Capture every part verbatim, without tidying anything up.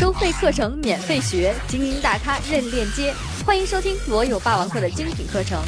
收费课程免费学，精英大咖任链接。欢迎收听罗有霸王课的精品课程。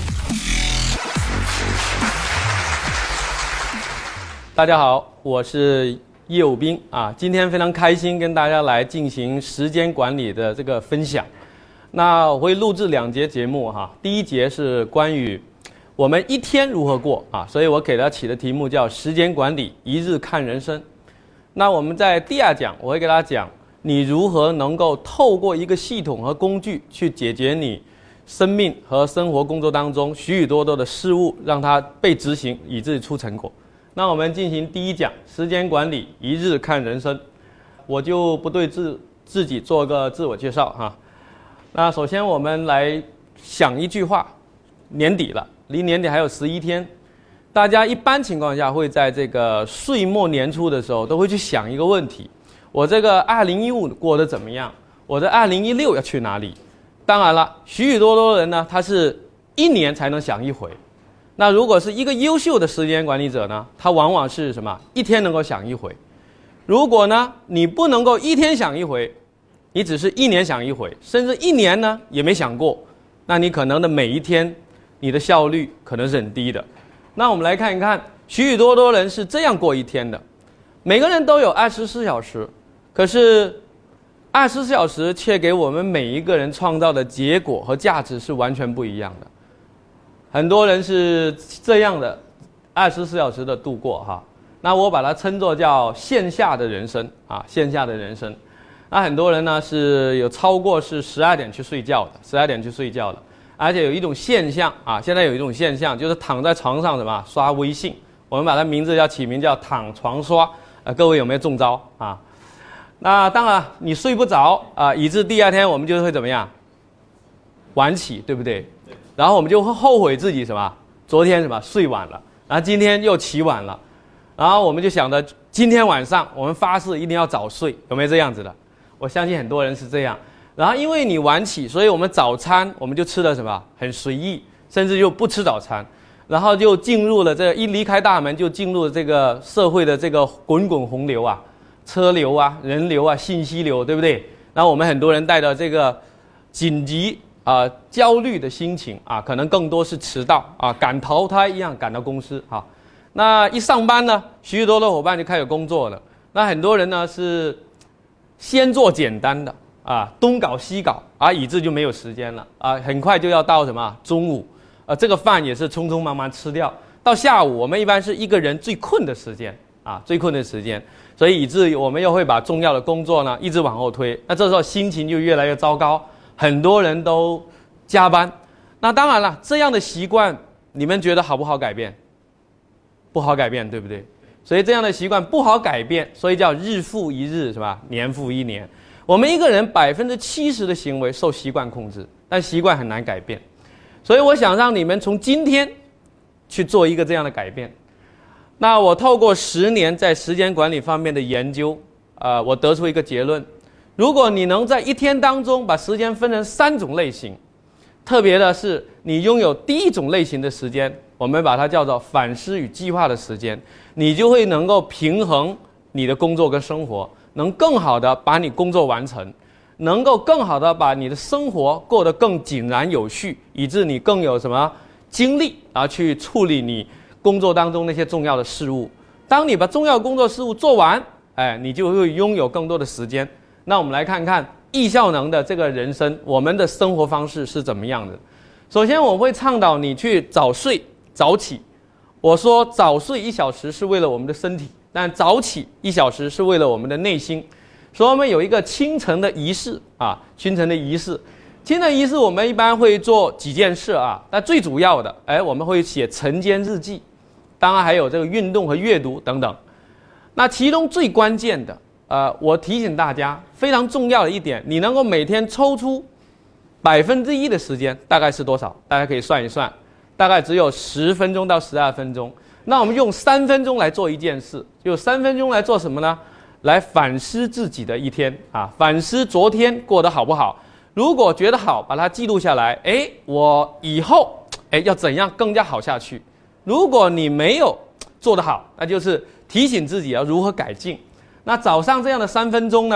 大家好，我是叶武斌啊，今天非常开心跟大家来进行时间管理的这个分享。那我会录制两节节目哈，第一节是关于我们一天如何过啊，所以我给它起的题目叫时间管理，一日看人生。那我们在第二讲，我会给大家讲你如何能够透过一个系统和工具去解决你生命和生活工作当中许许多多的事物，让它被执行，以至于出成果。那我们进行第一讲，时间管理，一日看人生。我就不对自自己做个自我介绍哈。那首先我们来想一句话，年底了，离年底还有十一天，大家一般情况下会在这个岁末年初的时候，都会去想一个问题：我这个二零一五过得怎么样？我的二零一六要去哪里？当然了，许许多多人呢，他是一年才能想一回。那如果是一个优秀的时间管理者呢，他往往是什么？一天能够想一回。如果呢，你不能够一天想一回，你只是一年想一回，甚至一年呢也没想过，那你可能的每一天，你的效率可能是很低的。那我们来看一看，许许多多人是这样过一天的。每个人都有二十四小时，可是二十四小时却给我们每一个人创造的结果和价值是完全不一样的。很多人是这样的二十四小时的度过哈，那我把它称作叫线下的人生啊，线下的人生。那很多人呢是有超过是十二点去睡觉的，十二点去睡觉的，而且有一种现象啊，现在有一种现象就是躺在床上什么刷微信，我们把它名字叫起名叫躺床刷，呃，各位有没有中招啊？那当然你睡不着啊，以致第二天我们就会怎么样？晚起，对不对？然后我们就会后悔自己什么？昨天什么睡晚了，然后今天又起晚了，然后我们就想着今天晚上我们发誓一定要早睡，有没有这样子的？我相信很多人是这样。然后因为你晚起，所以我们早餐我们就吃的什么很随意，甚至就不吃早餐，然后就进入了这个一离开大门就进入了这个社会的这个滚滚洪流啊，车流啊、人流啊、信息流，对不对？然后我们很多人带着这个紧急啊、呃、焦虑的心情啊，可能更多是迟到啊，赶投胎一样赶到公司啊。那一上班呢，许许多多伙伴就开始工作了。那很多人呢是先做简单的啊，东搞西搞啊，以致就没有时间了啊，很快就要到什么中午啊，这个饭也是匆匆忙忙吃掉。到下午我们一般是一个人最困的时间啊，最困的时间，所以以至于我们又会把重要的工作呢一直往后推。那这时候心情就越来越糟糕。很多人都加班，那当然了，这样的习惯你们觉得好不好改变？不好改变，对不对？所以这样的习惯不好改变，所以叫日复一日，是吧？年复一年。我们一个人百分之七十的行为受习惯控制，但习惯很难改变。所以我想让你们从今天去做一个这样的改变。那我透过十年在时间管理方面的研究，呃，我得出一个结论。如果你能在一天当中把时间分成三种类型，特别的是你拥有第一种类型的时间，我们把它叫做反思与计划的时间，你就会能够平衡你的工作跟生活，能更好的把你工作完成，能够更好的把你的生活过得更井然有序，以致你更有什么精力啊去处理你工作当中那些重要的事物。当你把重要工作事务做完，哎，你就会拥有更多的时间。那我们来看看易效能的这个人生，我们的生活方式是怎么样的。首先我会倡导你去早睡早起。我说早睡一小时是为了我们的身体，但早起一小时是为了我们的内心。所以我们有一个清晨的仪式啊，清晨的仪式。清晨仪式我们一般会做几件事啊，但最主要的，哎，我们会写晨间日记，当然还有这个运动和阅读等等。那其中最关键的呃，我提醒大家非常重要的一点，你能够每天抽出百分之一的时间，大概是多少？大家可以算一算，大概只有十分钟到十二分钟。那我们用三分钟来做一件事，就三分钟来做什么呢？来反思自己的一天啊，反思昨天过得好不好。如果觉得好，把它记录下来，哎，我以后哎要怎样更加好下去？如果你没有做得好，那就是提醒自己要如何改进。那早上这样的三分钟呢，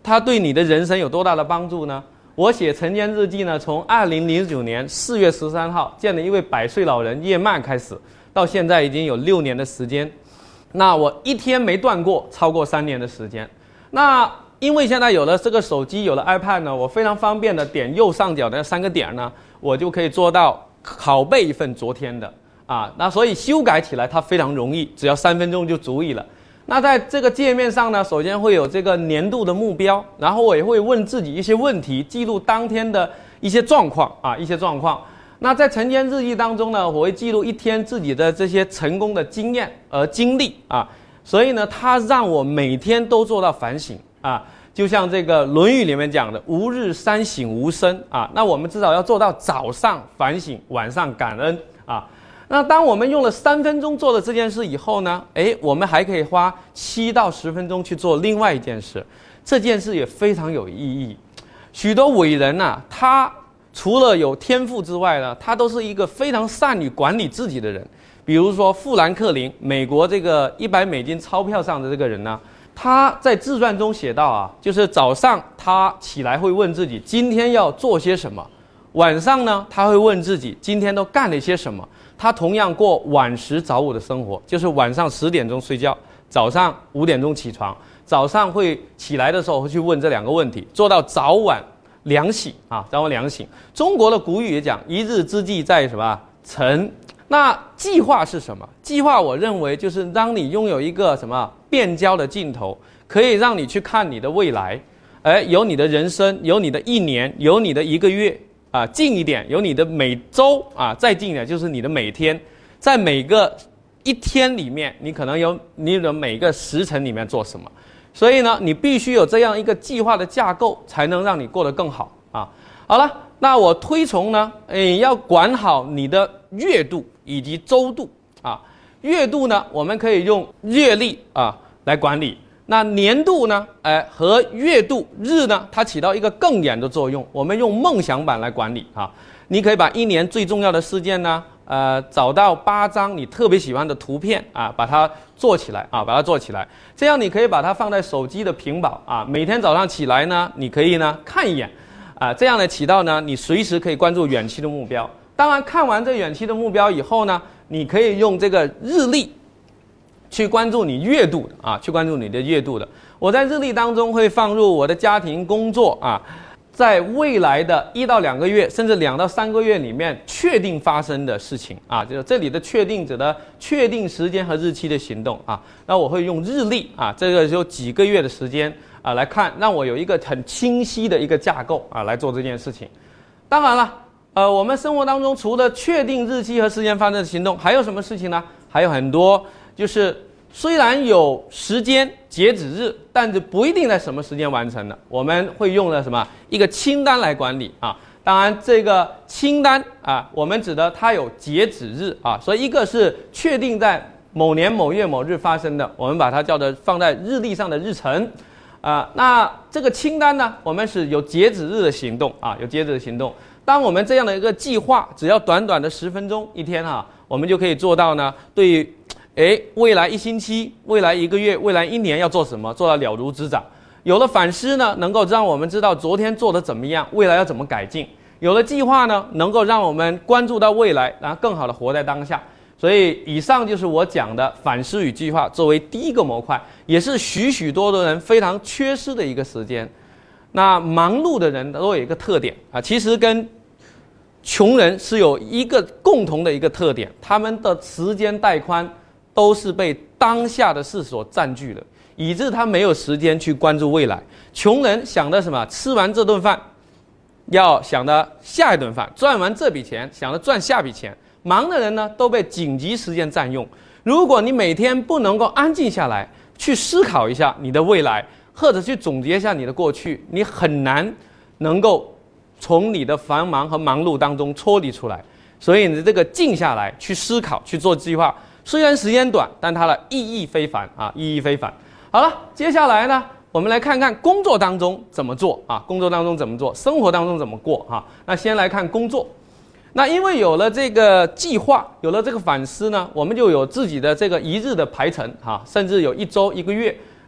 它对你的人生有多大的帮助呢？我写晨间日记呢，从二零零九年四月十三号见了一位百岁老人叶曼开始，到现在已经有六年的时间。那我一天没断过，超过三年的时间。那因为现在有了这个手机，有了 iPad 呢，我非常方便的点右上角的三个点呢，我就可以做到拷贝一份昨天的啊。那所以修改起来它非常容易，只要三分钟就足以了。那在这个界面上呢，首先会有这个年度的目标，然后我也会问自己一些问题，记录当天的一些状况啊，一些状况。那在晨间日记当中呢，我会记录一天自己的这些成功的经验和经历啊，所以呢，它让我每天都做到反省啊，就像这个《论语》里面讲的"吾日三省吾身"啊，那我们至少要做到早上反省，晚上感恩啊。那当我们用了三分钟做了这件事以后呢，诶，我们还可以花七到十分钟去做另外一件事，这件事也非常有意义。许多伟人啊，他除了有天赋之外呢，他都是一个非常善于管理自己的人。比如说富兰克林，美国这个一百美金钞票上的这个人呢，他在自传中写到啊，就是早上他起来会问自己今天要做些什么，晚上呢他会问自己今天都干了些什么。他同样过晚十早五的生活，就是晚上十点钟睡觉，早上五点钟起床。早上会起来的时候会去问这两个问题，做到早晚两醒啊，早晚两醒。中国的古语也讲一日之计在什么晨。那计划是什么？计划我认为就是当你拥有一个什么变焦的镜头，可以让你去看你的未来，哎，有你的人生，有你的一年，有你的一个月。啊，近一点有你的每周啊，再近一点就是你的每天，在每个一天里面，你可能有你的每个时辰里面做什么，所以呢，你必须有这样一个计划的架构，才能让你过得更好啊。好了，那我推崇呢，诶，要管好你的月度以及周度啊。月度呢，我们可以用月历啊来管理。那年度呢，哎，和月度日呢，它起到一个更远的作用。我们用梦想版来管理啊，你可以把一年最重要的事件呢，呃，找到八张你特别喜欢的图片啊，把它做起来啊，把它做起来。这样你可以把它放在手机的屏保啊，每天早上起来呢，你可以呢看一眼啊，这样呢起到呢，你随时可以关注远期的目标。当然，看完这远期的目标以后呢，你可以用这个日历。去关注你月度的啊，去关注你的月度的。我在日历当中会放入我的家庭、工作啊，在未来的一到两个月，甚至两到三个月里面确定发生的事情啊，就是这里的确定指的确定时间和日期的行动啊。那我会用日历啊，这个就几个月的时间啊来看，让我有一个很清晰的一个架构啊来做这件事情。当然了，呃，我们生活当中除了确定日期和时间发生的行动，还有什么事情呢？还有很多。就是虽然有时间截止日，但是不一定在什么时间完成的。我们会用了什么一个清单来管理啊？当然，这个清单啊，我们指的它有截止日啊，所以一个是确定在某年某月某日发生的，我们把它叫做放在日历上的日程啊。那这个清单呢，我们是有截止日的行动啊，有截止的行动。当我们这样的一个计划，只要短短的十分钟一天啊，我们就可以做到呢，对于诶，未来一星期、未来一个月、未来一年要做什么，做到了如指掌。有了反思呢，能够让我们知道昨天做的怎么样，未来要怎么改进。有了计划呢，能够让我们关注到未来，然后更好的活在当下。所以，以上就是我讲的反思与计划作为第一个模块，也是许许多多人非常缺失的一个时间。那忙碌的人都有一个特点啊，其实跟穷人是有一个共同的一个特点，他们的时间带宽都是被当下的事所占据的，以致他没有时间去关注未来。穷人想的什么？吃完这顿饭，要想的下一顿饭，赚完这笔钱，想着赚下笔钱。忙的人呢，都被紧急时间占用。如果你每天不能够安静下来，去思考一下你的未来，或者去总结一下你的过去，你很难能够从你的繁忙和忙碌当中脱离出来。所以你这个静下来去思考，去做计划，虽然时间短，但它的意义非凡啊，意义非凡。好了，接下来呢，我们来看看工作当中怎么做啊，工作当中怎么做，生活当中怎么过哈、啊。那先来看工作。那因为有了这个计划，有了这个反思呢，我们就有自己的这个一日的排程哈、啊，甚至有一周、一个月。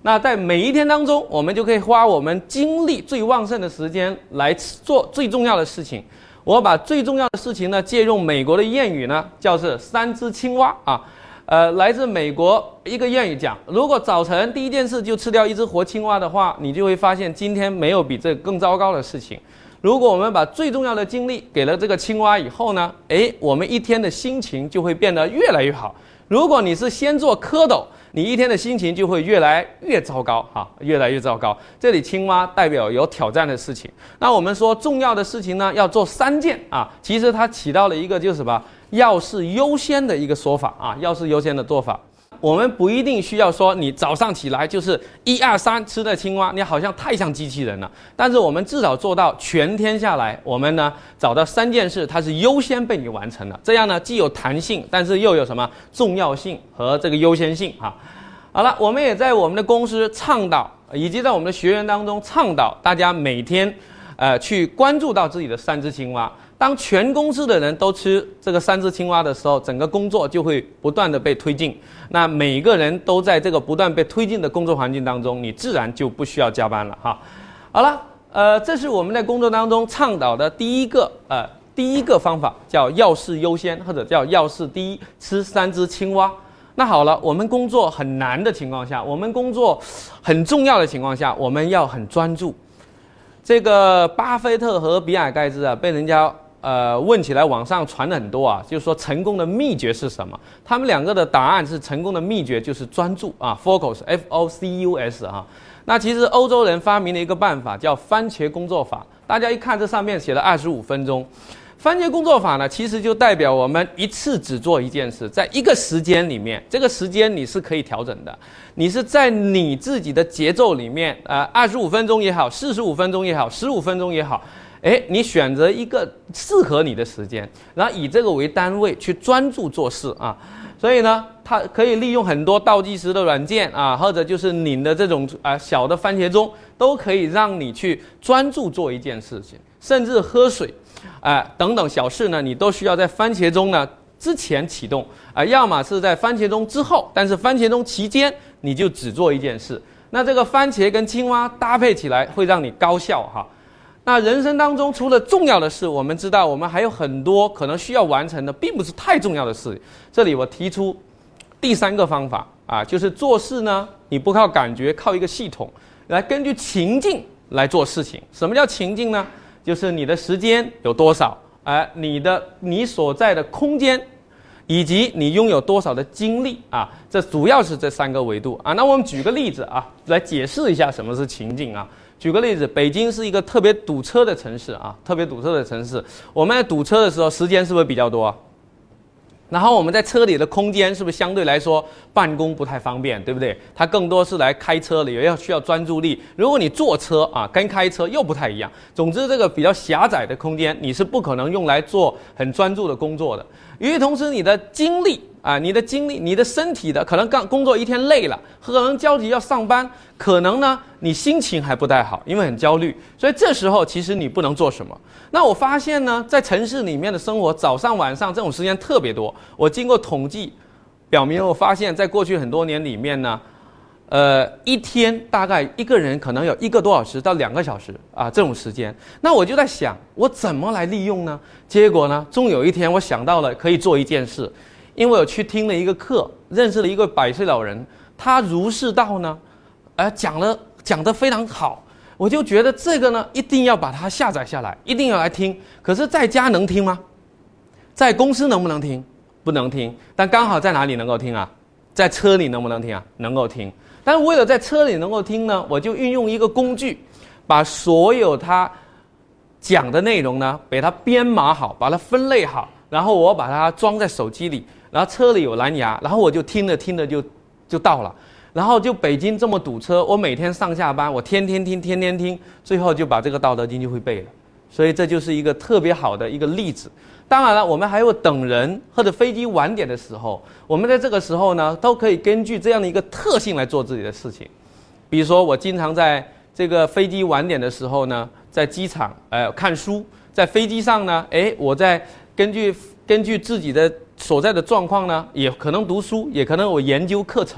那在每一天当中，我们就可以花我们精力最旺盛的时间来做最重要的事情。我把最重要的事情呢，借用美国的谚语呢，叫是三只青蛙啊。呃，来自美国一个谚语讲，如果早晨第一件事就吃掉一只活青蛙的话，你就会发现今天没有比这更糟糕的事情。如果我们把最重要的精力给了这个青蛙以后呢，诶，我们一天的心情就会变得越来越好。如果你是先做蝌蚪，你一天的心情就会越来越糟糕哈，越来越糟糕。这里青蛙代表有挑战的事情。那我们说重要的事情呢，要做三件啊，其实它起到了一个就是什么？要事优先的一个说法啊，要事优先的做法。我们不一定需要说你早上起来就是一二三吃的青蛙，你好像太像机器人了。但是我们至少做到全天下来，我们呢找到三件事，它是优先被你完成的。这样呢既有弹性，但是又有什么重要性和这个优先性哈。好了，我们也在我们的公司倡导，以及在我们的学员当中倡导大家每天，呃，去关注到自己的三只青蛙。当全公司的人都吃这个三只青蛙的时候，整个工作就会不断的被推进。那每个人都在这个不断被推进的工作环境当中，你自然就不需要加班了哈。好了，呃，这是我们在工作当中倡导的第一个呃第一个方法，叫要事优先，或者叫要事第一，吃三只青蛙。那好了，我们工作很难的情况下，我们工作很重要的情况下，我们要很专注。这个巴菲特和比尔盖茨啊，被人家呃问起来，网上传的很多啊，就是说成功的秘诀是什么？他们两个的答案是成功的秘诀就是专注啊 ，focus F O C U S 啊。那其实欧洲人发明了一个办法叫番茄工作法，大家一看这上面写了二十五分钟。番茄工作法呢，其实就代表我们一次只做一件事，在一个时间里面，这个时间你是可以调整的，你是在你自己的节奏里面，呃，二十五分钟也好，四十五分钟也好，十五分钟也好，哎，你选择一个适合你的时间，然后以这个为单位去专注做事啊。所以呢，它可以利用很多倒计时的软件啊，或者就是你的这种啊、呃、小的番茄钟，都可以让你去专注做一件事情，甚至喝水。啊、呃，等等小事呢，你都需要在番茄钟呢之前启动啊、呃，要么是在番茄钟之后，但是番茄钟期间你就只做一件事。那这个番茄跟青蛙搭配起来会让你高效哈。那人生当中除了重要的事，我们知道我们还有很多可能需要完成的，并不是太重要的事。这里我提出第三个方法啊，就是做事呢，你不靠感觉，靠一个系统来根据情境来做事情。什么叫情境呢？就是你的时间有多少，呃，你的你所在的空间，以及你拥有多少的精力啊，这主要是这三个维度啊。那我们举个例子啊，来解释一下什么是情境啊。举个例子，北京是一个特别堵车的城市啊，特别堵车的城市。我们在堵车的时候，时间是不是比较多啊？然后我们在车里的空间是不是相对来说办公不太方便，对不对？它更多是来开车的，也要需要专注力。如果你坐车啊，跟开车又不太一样。总之，这个比较狭窄的空间，你是不可能用来做很专注的工作的。与此同时，你的精力啊，你的精力，你的身体的，可能刚工作一天累了，可能焦急要上班，可能呢你心情还不太好，因为很焦虑，所以这时候其实你不能做什么。那我发现呢，在城市里面的生活，早上晚上这种时间特别多。我经过统计表明，我发现在过去很多年里面呢，呃，一天大概一个人可能有一个多小时到两个小时啊这种时间。那我就在想，我怎么来利用呢？结果呢，终有一天我想到了可以做一件事，因为我去听了一个课，认识了一个百岁老人，他儒释道呢，呃，讲了讲得非常好。我就觉得这个呢，一定要把它下载下来，一定要来听。可是在家能听吗？在公司能不能听？不能听。但刚好在哪里能够听啊？在车里能不能听啊？能够听。但是为了在车里能够听呢，我就运用一个工具，把所有他讲的内容呢，给它编码好，把它分类好，然后我把它装在手机里，然后车里有蓝牙，然后我就听着听着就就到了。然后就北京这么堵车，我每天上下班，我天天听，天天听，最后就把这个《道德经》就会背了。所以这就是一个特别好的一个例子。当然了，我们还有等人或者飞机晚点的时候，我们在这个时候呢，都可以根据这样的一个特性来做自己的事情。比如说，我经常在这个飞机晚点的时候呢，在机场呃看书，在飞机上呢，哎，我在根据根据自己的所在的状况呢，也可能读书，也可能我研究课程。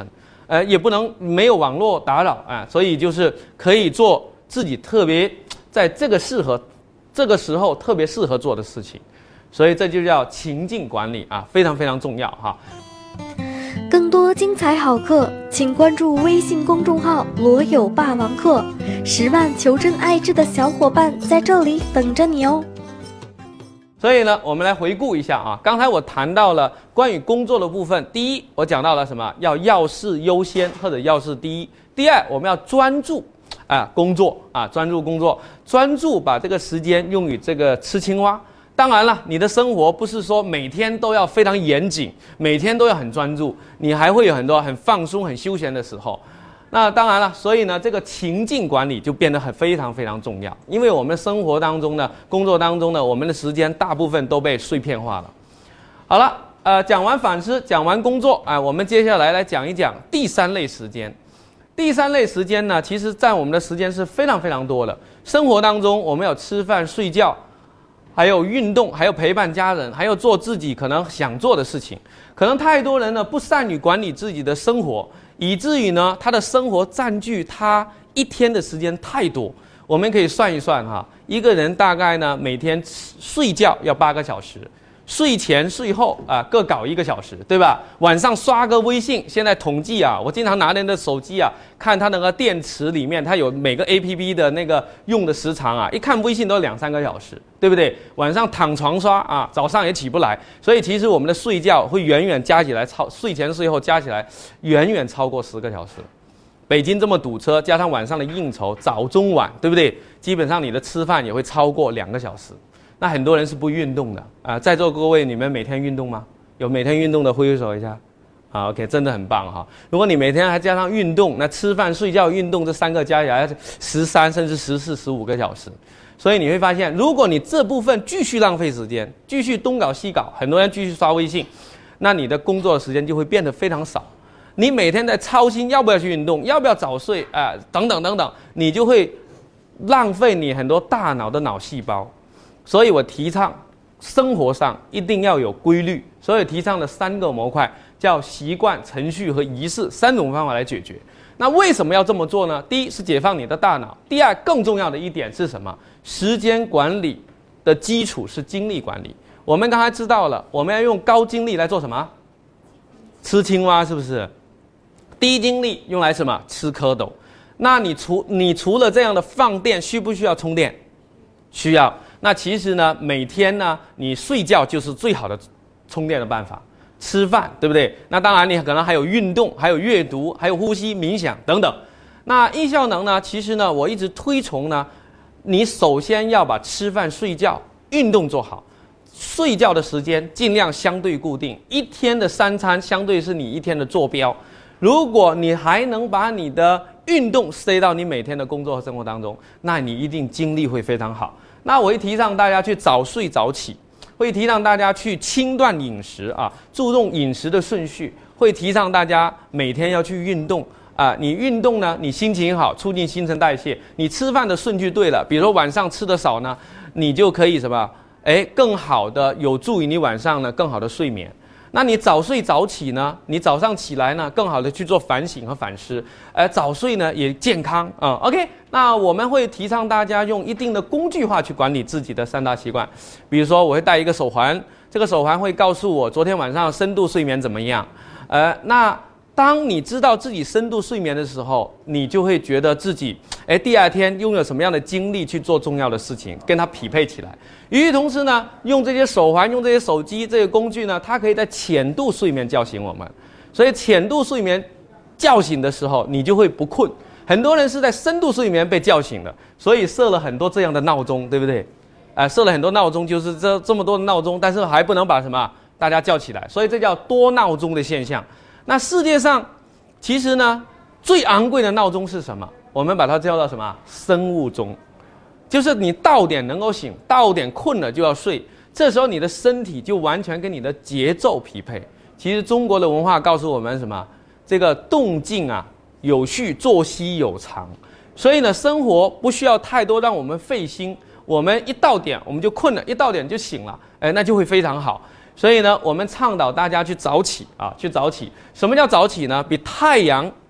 呃，也不能没有网络打扰啊，所以就是可以做自己特别在这个适合这个时候特别适合做的事情，所以这就叫情境管理啊，非常非常重要哈。 更多精彩好课，请关注微信公众号“罗有霸王课”，十万求真爱智的小伙伴在这里等着你哦。 所以呢，我们来回顾一下啊，刚才我谈到了关于工作的部分，第一，我讲到了什么？要要事优先或者要事第一。第二，我们要专注啊工作啊，专注工作，专注把这个时间用于这个吃青蛙。当然了，你的生活不是说每天都要非常严谨，每天都要很专注，你还会有很多很放松、很休闲的时候。那当然了，所以呢，这个情境管理就变得很非常非常重要，因为我们生活当中呢，工作当中呢，我们的时间大部分都被碎片化了。好了，呃，讲完反思，讲完工作，啊、呃，我们接下来来讲一讲第三类时间。第三类时间呢，其实占我们的时间是非常非常多的。生活当中，我们有吃饭、睡觉，还有运动，还有陪伴家人，还有做自己可能想做的事情。可能太多人呢不善于管理自己的生活，以至于呢他的生活占据他一天的时间太多。我们可以算一算哈，一个人大概呢每天睡觉要八个小时，睡前睡后啊各搞一个小时，对吧？晚上刷个微信，现在统计啊，我经常拿人的手机啊看它那个电池里面，它有每个 A P P 的那个用的时长啊，一看微信都两三个小时，对不对？晚上躺床刷啊，早上也起不来，所以其实我们的睡觉会远远加起来超睡前睡后加起来远远超过十个小时。北京这么堵车，加上晚上的应酬，早中晚，对不对？基本上你的吃饭也会超过两个小时。那很多人是不运动的啊、呃，在座各位，你们每天运动吗？有每天运动的挥手一下，啊 ，OK， 真的很棒哈。如果你每天还加上运动，那吃饭、睡觉、运动这三个加起来十三甚至十四、十五个小时。所以你会发现，如果你这部分继续浪费时间，继续东搞西搞，很多人继续刷微信，那你的工作的时间就会变得非常少。你每天在操心要不要去运动，要不要早睡啊、呃，等等等等，你就会浪费你很多大脑的脑细胞。所以我提倡生活上一定要有规律，所以提倡的三个模块叫习惯、程序和仪式三种方法来解决。那为什么要这么做呢？第一是解放你的大脑，第二更重要的一点是什么？时间管理的基础是精力管理。我们刚才知道了，我们要用高精力来做什么？吃青蛙是不是？低精力用来什么？吃蝌蚪。那你除你除了这样的放电，需不需要充电？需要。那其实呢，每天呢，你睡觉就是最好的充电的办法。吃饭，对不对？那当然，你可能还有运动，还有阅读，还有呼吸、冥想等等。那易效能呢？其实呢，我一直推崇呢，你首先要把吃饭、睡觉、运动做好。睡觉的时间尽量相对固定，一天的三餐相对是你一天的坐标。如果你还能把你的运动塞到你每天的工作和生活当中，那你一定精力会非常好。那我会提倡大家去早睡早起，会提倡大家去轻断饮食啊，注重饮食的顺序，会提倡大家每天要去运动啊。你运动呢，你心情好，促进新陈代谢。你吃饭的顺序对了，比如说晚上吃的少呢，你就可以什么？哎，更好的有助于你晚上呢更好的睡眠。那你早睡早起呢？你早上起来呢，更好的去做反省和反思。呃，早睡呢也健康啊、嗯。OK， 那我们会提倡大家用一定的工具化去管理自己的三大习惯。比如说，我会带一个手环，这个手环会告诉我昨天晚上深度睡眠怎么样。呃，那当你知道自己深度睡眠的时候，你就会觉得自己，哎，第二天拥有什么样的精力去做重要的事情，跟它匹配起来。与此同时呢，用这些手环、用这些手机这些工具呢，它可以在浅度睡眠叫醒我们。所以浅度睡眠叫醒的时候，你就会不困。很多人是在深度睡眠被叫醒的，所以设了很多这样的闹钟，对不对？啊、呃，设了很多闹钟，就是这这么多的闹钟，但是还不能把什么大家叫起来，所以这叫多闹钟的现象。那世界上其实呢，最昂贵的闹钟是什么？我们把它叫到什么？生物钟。就是你到点能够醒，到点困了就要睡，这时候你的身体就完全跟你的节奏匹配。其实中国的文化告诉我们什么？这个动静啊有序，作息有常。所以呢，生活不需要太多让我们费心，我们一到点我们就困了，一到点就醒了，哎，那就会非常好。所以呢，我们倡导大家去早起啊，去早起。什么叫早起呢？比太阳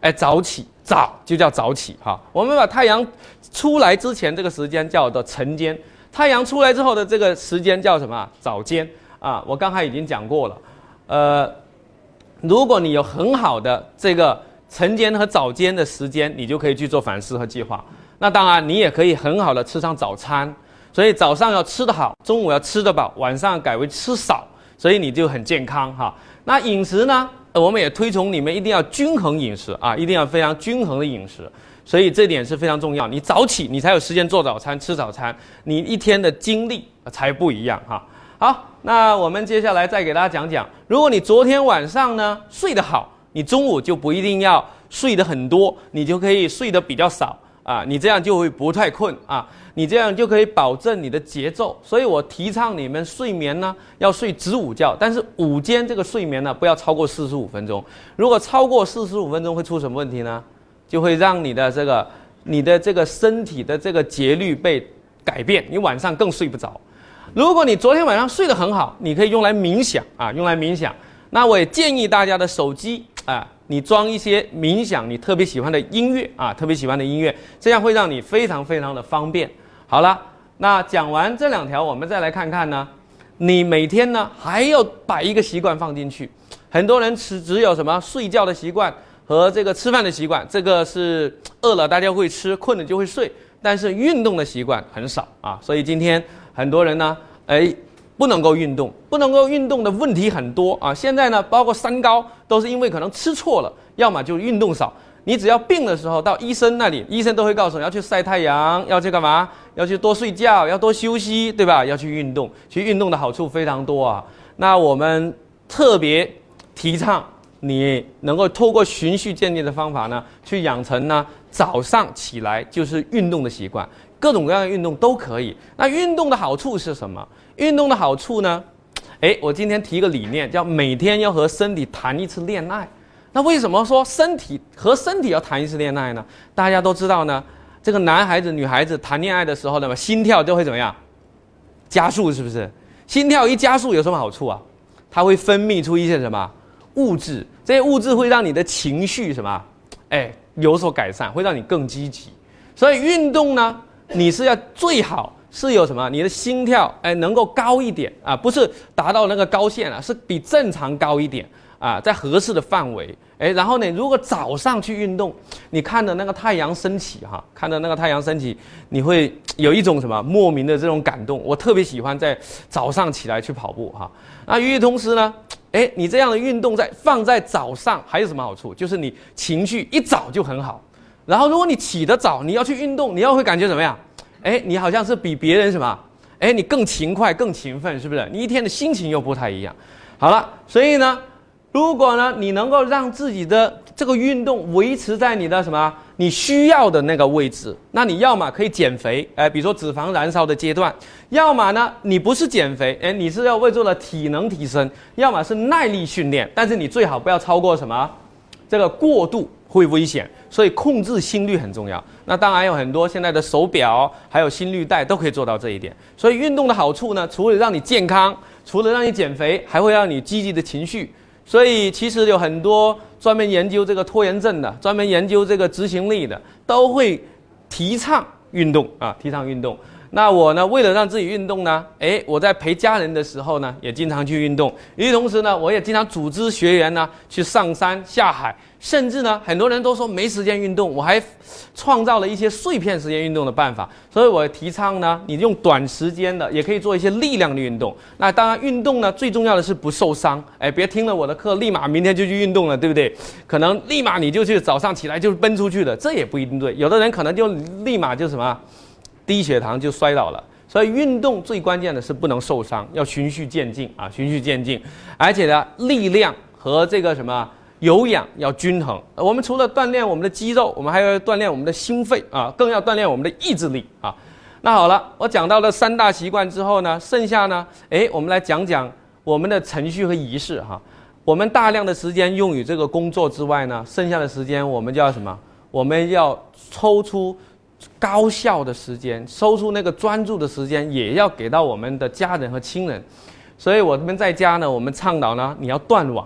哎，早起，早就叫早起哈。我们把太阳出来之前这个时间叫做晨间，太阳出来之后的这个时间叫什么？早间啊。我刚才已经讲过了，呃，如果你有很好的这个晨间和早间的时间，你就可以去做反思和计划。那当然，你也可以很好的吃上早餐，所以早上要吃得好，中午要吃得饱，晚上改为吃少，所以你就很健康哈。那饮食呢？我们也推崇你们一定要均衡饮食啊，一定要非常均衡的饮食，所以这点是非常重要。你早起，你才有时间做早餐、吃早餐，你一天的精力才不一样哈。好，那我们接下来再给大家讲讲，如果你昨天晚上呢睡得好，你中午就不一定要睡得很多，你就可以睡得比较少啊，你这样就会不太困啊。你这样就可以保证你的节奏，所以我提倡你们睡眠呢要睡子午觉，但是午间这个睡眠呢不要超过四十五分钟。如果超过四十五分钟会出什么问题呢？就会让你的这个你的这个身体的这个节律被改变，你晚上更睡不着。如果你昨天晚上睡得很好，你可以用来冥想啊，用来冥想。那我也建议大家的手机啊，你装一些冥想你特别喜欢的音乐啊，特别喜欢的音乐，这样会让你非常非常的方便。好了，那讲完这两条，我们再来看看呢，你每天呢还要把一个习惯放进去。很多人只只有什么睡觉的习惯和这个吃饭的习惯，这个是饿了大家会吃，困了就会睡，但是运动的习惯很少啊。所以今天很多人呢，哎，不能够运动，不能够运动的问题很多啊。现在呢，包括三高都是因为可能吃错了，要么就运动少。你只要病的时候到医生那里，医生都会告诉你要去晒太阳，要去干嘛？要去多睡觉，要多休息，对吧？要去运动。其实运动的好处非常多啊。那我们特别提倡你能够透过循序渐进的方法呢，去养成呢早上起来就是运动的习惯，各种各样的运动都可以。那运动的好处是什么？运动的好处呢？哎，我今天提一个理念，叫每天要和身体谈一次恋爱。那为什么说身体和身体要谈一次恋爱呢？大家都知道呢，这个男孩子女孩子谈恋爱的时候呢，心跳就会怎么样？加速，是不是？心跳一加速有什么好处啊？它会分泌出一些什么物质？这些物质会让你的情绪什么？哎，有所改善，会让你更积极。所以运动呢，你是要最好是有什么？你的心跳哎能够高一点啊，不是达到那个高线啊，是比正常高一点。啊，在合适的范围，哎，然后呢，如果早上去运动，你看着那个太阳升起，哈，看着那个太阳升起，你会有一种什么莫名的这种感动。我特别喜欢在早上起来去跑步，哈。那与此同时呢，哎，你这样的运动在放在早上还有什么好处？就是你情绪一早就很好。然后如果你起得早，你要去运动，你要会感觉怎么样？哎，你好像是比别人什么？哎，你更勤快、更勤奋，是不是？你一天的心情又不太一样。好了，所以呢。如果呢，你能够让自己的这个运动维持在你的什么你需要的那个位置，那你要么可以减肥，哎，比如说脂肪燃烧的阶段；要么呢，你不是减肥，哎，你是要为做了体能提升；要么是耐力训练，但是你最好不要超过什么，这个过度会危险，所以控制心率很重要。那当然有很多现在的手表还有心率带都可以做到这一点。所以运动的好处呢，除了让你健康，除了让你减肥，还会让你积极的情绪。所以其实有很多专门研究这个拖延症的，专门研究这个执行力的，都会提倡运动啊，提倡运动。那我呢，为了让自己运动呢，诶，我在陪家人的时候呢，也经常去运动。与此同时呢，我也经常组织学员呢去上山下海，甚至呢，很多人都说没时间运动，我还创造了一些碎片时间运动的办法。所以我提倡呢，你用短时间的，也可以做一些力量的运动。那当然，运动呢，最重要的是不受伤。哎，别听了我的课，立马明天就去运动了，对不对？可能立马你就去早上起来就奔出去了，这也不一定对。有的人可能就立马就什么。低血糖就摔倒了，所以运动最关键的是不能受伤，要循序渐进啊，循序渐进，而且呢，力量和这个什么有氧要均衡。我们除了锻炼我们的肌肉，我们还要锻炼我们的心肺啊，更要锻炼我们的意志力啊。那好了，我讲到了三大习惯之后呢，剩下呢，哎，我们来讲讲我们的程序和仪式哈。我们大量的时间用于这个工作之外呢，剩下的时间我们就要什么？我们要抽出。高效的时间，抽出那个专注的时间，也要给到我们的家人和亲人。所以我们在家呢，我们倡导呢，你要断网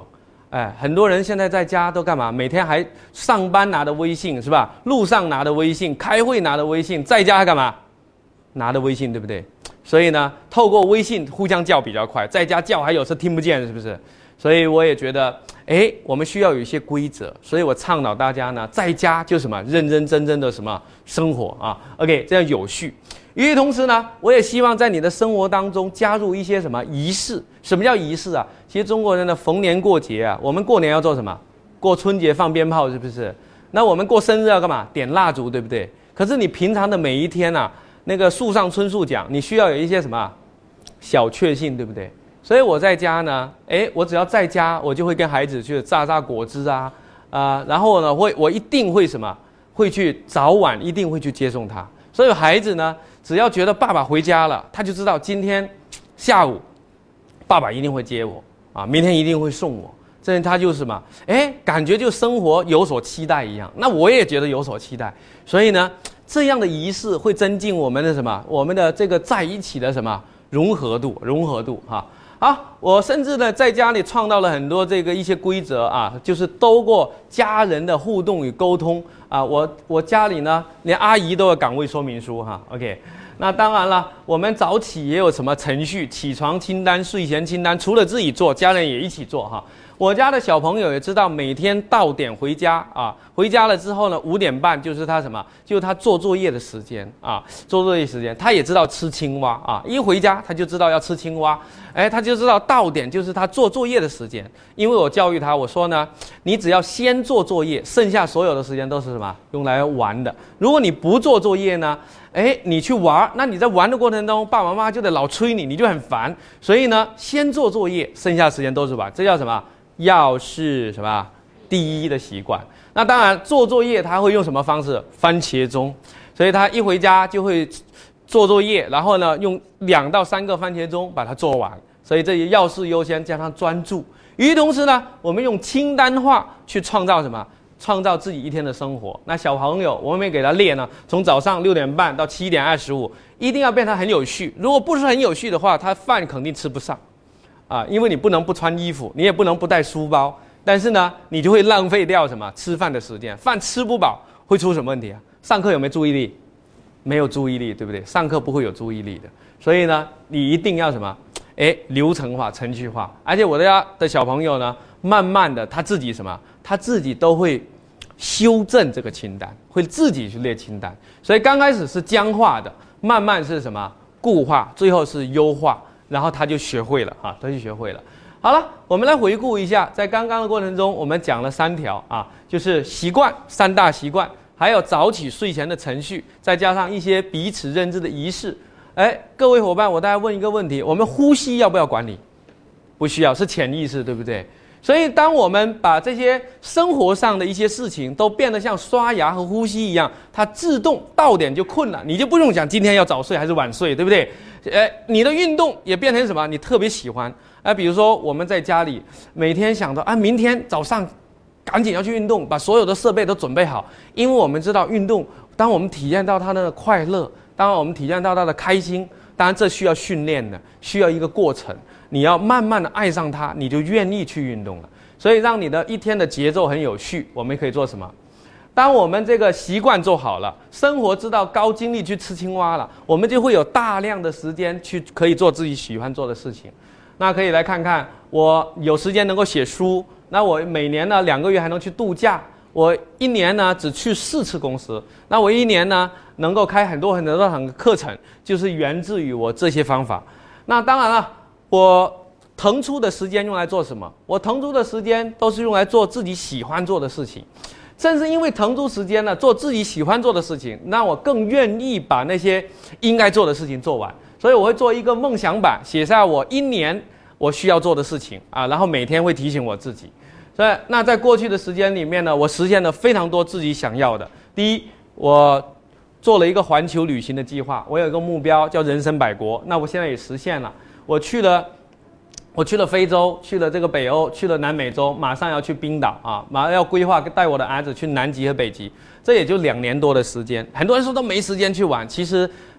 哎，很多人现在在家都干嘛？每天还上班拿的微信是吧？路上拿的微信，开会拿的微信，在家还干嘛？拿的微信，对不对？所以呢，透过微信互相叫比较快，在家叫还有时听不见，是不是？所以我也觉得，哎，我们需要有一些规则。所以我倡导大家呢，在家就什么认认真真的什么生活啊 ，OK， 这样有序。与此同时呢，我也希望在你的生活当中加入一些什么仪式。什么叫仪式啊？其实中国人的逢年过节啊，我们过年要做什么？过春节放鞭炮，是不是？那我们过生日要干嘛？点蜡烛，对不对？可是你平常的每一天啊，那个树上春树讲，你需要有一些什么小确幸，对不对？所以我在家呢，诶，我只要在家，我就会跟孩子去榨榨果汁啊，啊、呃，然后呢，会我一定会什么，会去早晚一定会去接送他。所以孩子呢，只要觉得爸爸回家了，他就知道今天下午爸爸一定会接我啊，明天一定会送我。这样他就是什么，诶，感觉就生活有所期待一样。那我也觉得有所期待，所以呢，这样的仪式会增进我们的什么，我们的这个在一起的什么融合度，融合度哈。好，我甚至呢在家里创造了很多这个一些规则啊，就是透过家人的互动与沟通啊，我我家里呢连阿姨都有岗位说明书哈 ，OK。那当然了，我们早起也有什么程序，起床清单、睡前清单，除了自己做，家人也一起做哈。我家的小朋友也知道，每天到点回家啊，回家了之后呢，五点半就是他什么，就是他做作业的时间啊，做作业时间，他也知道吃青蛙啊，一回家他就知道要吃青蛙，哎，他就知道到点就是他做作业的时间，因为我教育他，我说呢，你只要先做作业，剩下所有的时间都是什么，用来玩的。如果你不做作业呢，哎，你去玩，那你在玩的过程中，爸爸妈妈就得老催你，你就很烦。所以呢，先做作业，剩下时间都是玩，这叫什么？要是什么第一的习惯。那当然，做作业他会用什么方式？番茄钟。所以他一回家就会做作业，然后呢，用两到三个番茄钟把它做完。所以这些要事优先，加上专注。与此同时呢，我们用清单化去创造什么？创造自己一天的生活。那小朋友，我们也给他列呢，从早上六点半到七点二十五，一定要变成很有序。如果不是很有序的话，他饭肯定吃不上，啊，因为你不能不穿衣服，你也不能不带书包。但是呢，你就会浪费掉什么吃饭的时间，饭吃不饱会出什么问题啊？上课有没有注意力？没有注意力，对不对？上课不会有注意力的。所以呢，你一定要什么？哎，流程化、程序化。而且我的家的小朋友呢，慢慢的他自己什么？他自己都会修正这个清单，会自己去列清单。所以刚开始是僵化的，慢慢是什么固化，最后是优化，然后他就学会了啊，他就学会了。好了，我们来回顾一下，在刚刚的过程中，我们讲了三条啊，就是习惯，三大习惯，还有早起睡前的程序，再加上一些彼此认知的仪式。哎，各位伙伴，我大家问一个问题：我们呼吸要不要管理？不需要，是潜意识，对不对？所以，当我们把这些生活上的一些事情都变得像刷牙和呼吸一样，它自动到点就困了，你就不用想今天要早睡还是晚睡，对不对？哎，你的运动也变成什么？你特别喜欢。哎，比如说我们在家里每天想到啊，明天早上赶紧要去运动，把所有的设备都准备好，因为我们知道运动，当我们体验到它的快乐，当我们体验到它的开心，当然这需要训练的，需要一个过程。你要慢慢的爱上它，你就愿意去运动了。所以让你的一天的节奏很有序，我们可以做什么？当我们这个习惯做好了，生活知道高精力去吃青蛙了，我们就会有大量的时间去可以做自己喜欢做的事情。那可以来看看，我有时间能够写书，那我每年呢两个月还能去度假，我一年呢只去四次公司，那我一年呢能够开很多很多很多课程，就是源自于我这些方法。那当然了，我腾出的时间用来做什么？我腾出的时间都是用来做自己喜欢做的事情。正是因为腾出时间呢，做自己喜欢做的事情，让我更愿意把那些应该做的事情做完。所以我会做一个梦想版，写下我一年我需要做的事情啊，然后每天会提醒我自己。所以那在过去的时间里面呢，我实现了非常多自己想要的。第一，我做了一个环球旅行的计划，我有一个目标叫人生百国，那我现在也实现了。我去了，我去了非洲，去了这个北欧，去了南美洲，马上要去冰岛啊，马上要规划带我的儿子去南极和北极，这也就两年多的时间。很多人说都没时间去玩，其实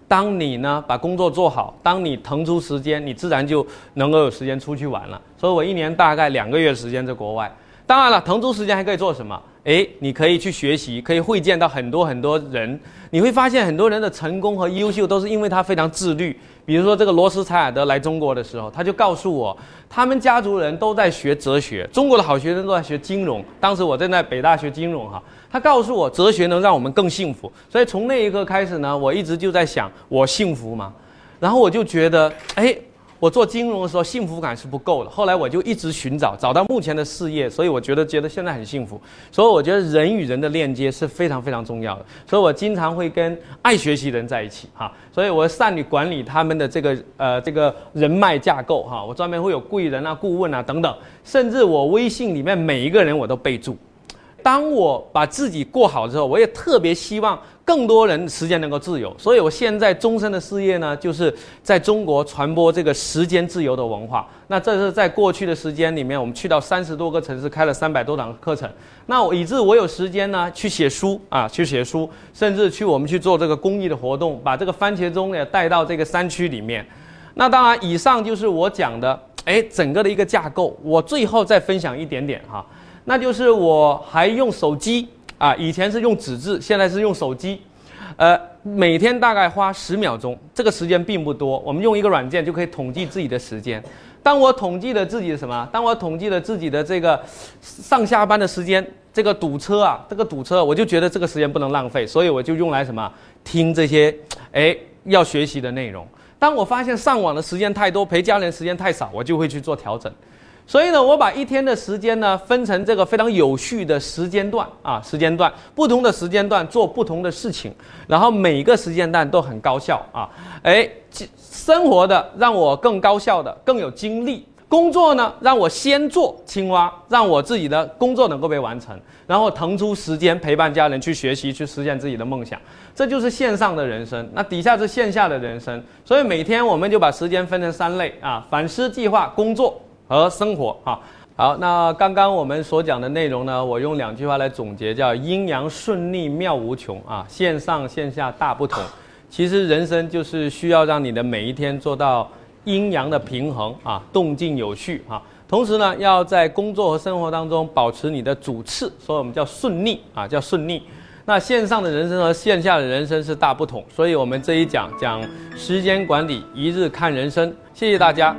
当你呢把工作做好，当你腾出时间，你自然就能够有时间出去玩了。所以我一年大概两个月时间在国外。当然了，腾出时间还可以做什么？诶，你可以去学习，可以会见到很多很多人。你会发现很多人的成功和优秀都是因为他非常自律。比如说这个罗斯柴尔德来中国的时候，他就告诉我，他们家族人都在学哲学，中国的好学生都在学金融。当时我正在北大学金融哈，他告诉我哲学能让我们更幸福。所以从那一刻开始呢，我一直就在想，我幸福吗？然后我就觉得，诶，我做金融的时候幸福感是不够的，后来我就一直寻找，找到目前的事业，所以我觉得觉得现在很幸福。所以我觉得人与人的链接是非常非常重要的，所以我经常会跟爱学习的人在一起哈，所以我善于管理他们的这个呃这个人脉架构哈，我专门会有贵人啊、顾问啊等等，甚至我微信里面每一个人我都备注。当我把自己过好之后，我也特别希望更多人时间能够自由，所以我现在终身的事业呢，就是在中国传播这个时间自由的文化。那这是在过去的时间里面，我们去到三十多个城市，开了三百多堂课程。那我以致我有时间呢去写书啊，去写书，甚至去我们去做这个公益的活动，把这个番茄钟也带到这个山区里面。那当然，以上就是我讲的，哎，整个的一个架构。我最后再分享一点点哈。那就是我还用手机啊，以前是用纸质，现在是用手机，呃，每天大概花十秒钟，这个时间并不多。我们用一个软件就可以统计自己的时间。当我统计了自己的什么？当我统计了自己的这个上下班的时间，这个堵车啊，这个堵车，我就觉得这个时间不能浪费，所以我就用来什么？听这些，哎，要学习的内容。当我发现上网的时间太多，陪家人时间太少，我就会去做调整。所以呢，我把一天的时间呢分成这个非常有序的时间段啊，时间段，不同的时间段做不同的事情，然后每个时间段都很高效啊，哎，生活的让我更高效的，更有精力；工作呢，让我先做青蛙，让我自己的工作能够被完成，然后腾出时间陪伴家人去学习，去实现自己的梦想。这就是线上的人生，那底下是线下的人生。所以每天我们就把时间分成三类啊：反思、计划、工作和生活啊。好，那刚刚我们所讲的内容呢，我用两句话来总结，叫阴阳顺利妙无穷啊，线上线下大不同。其实人生就是需要让你的每一天做到阴阳的平衡啊，动静有序啊。同时呢，要在工作和生活当中保持你的主次，所以我们叫顺逆啊，叫顺逆。那线上的人生和线下的人生是大不同，所以我们这一讲讲时间管理，一日看人生。谢谢大家。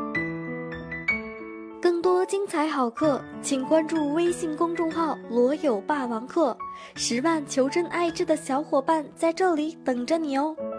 更多精彩好课，请关注微信公众号“罗有霸王课”，十万求真爱智的小伙伴在这里等着你哦。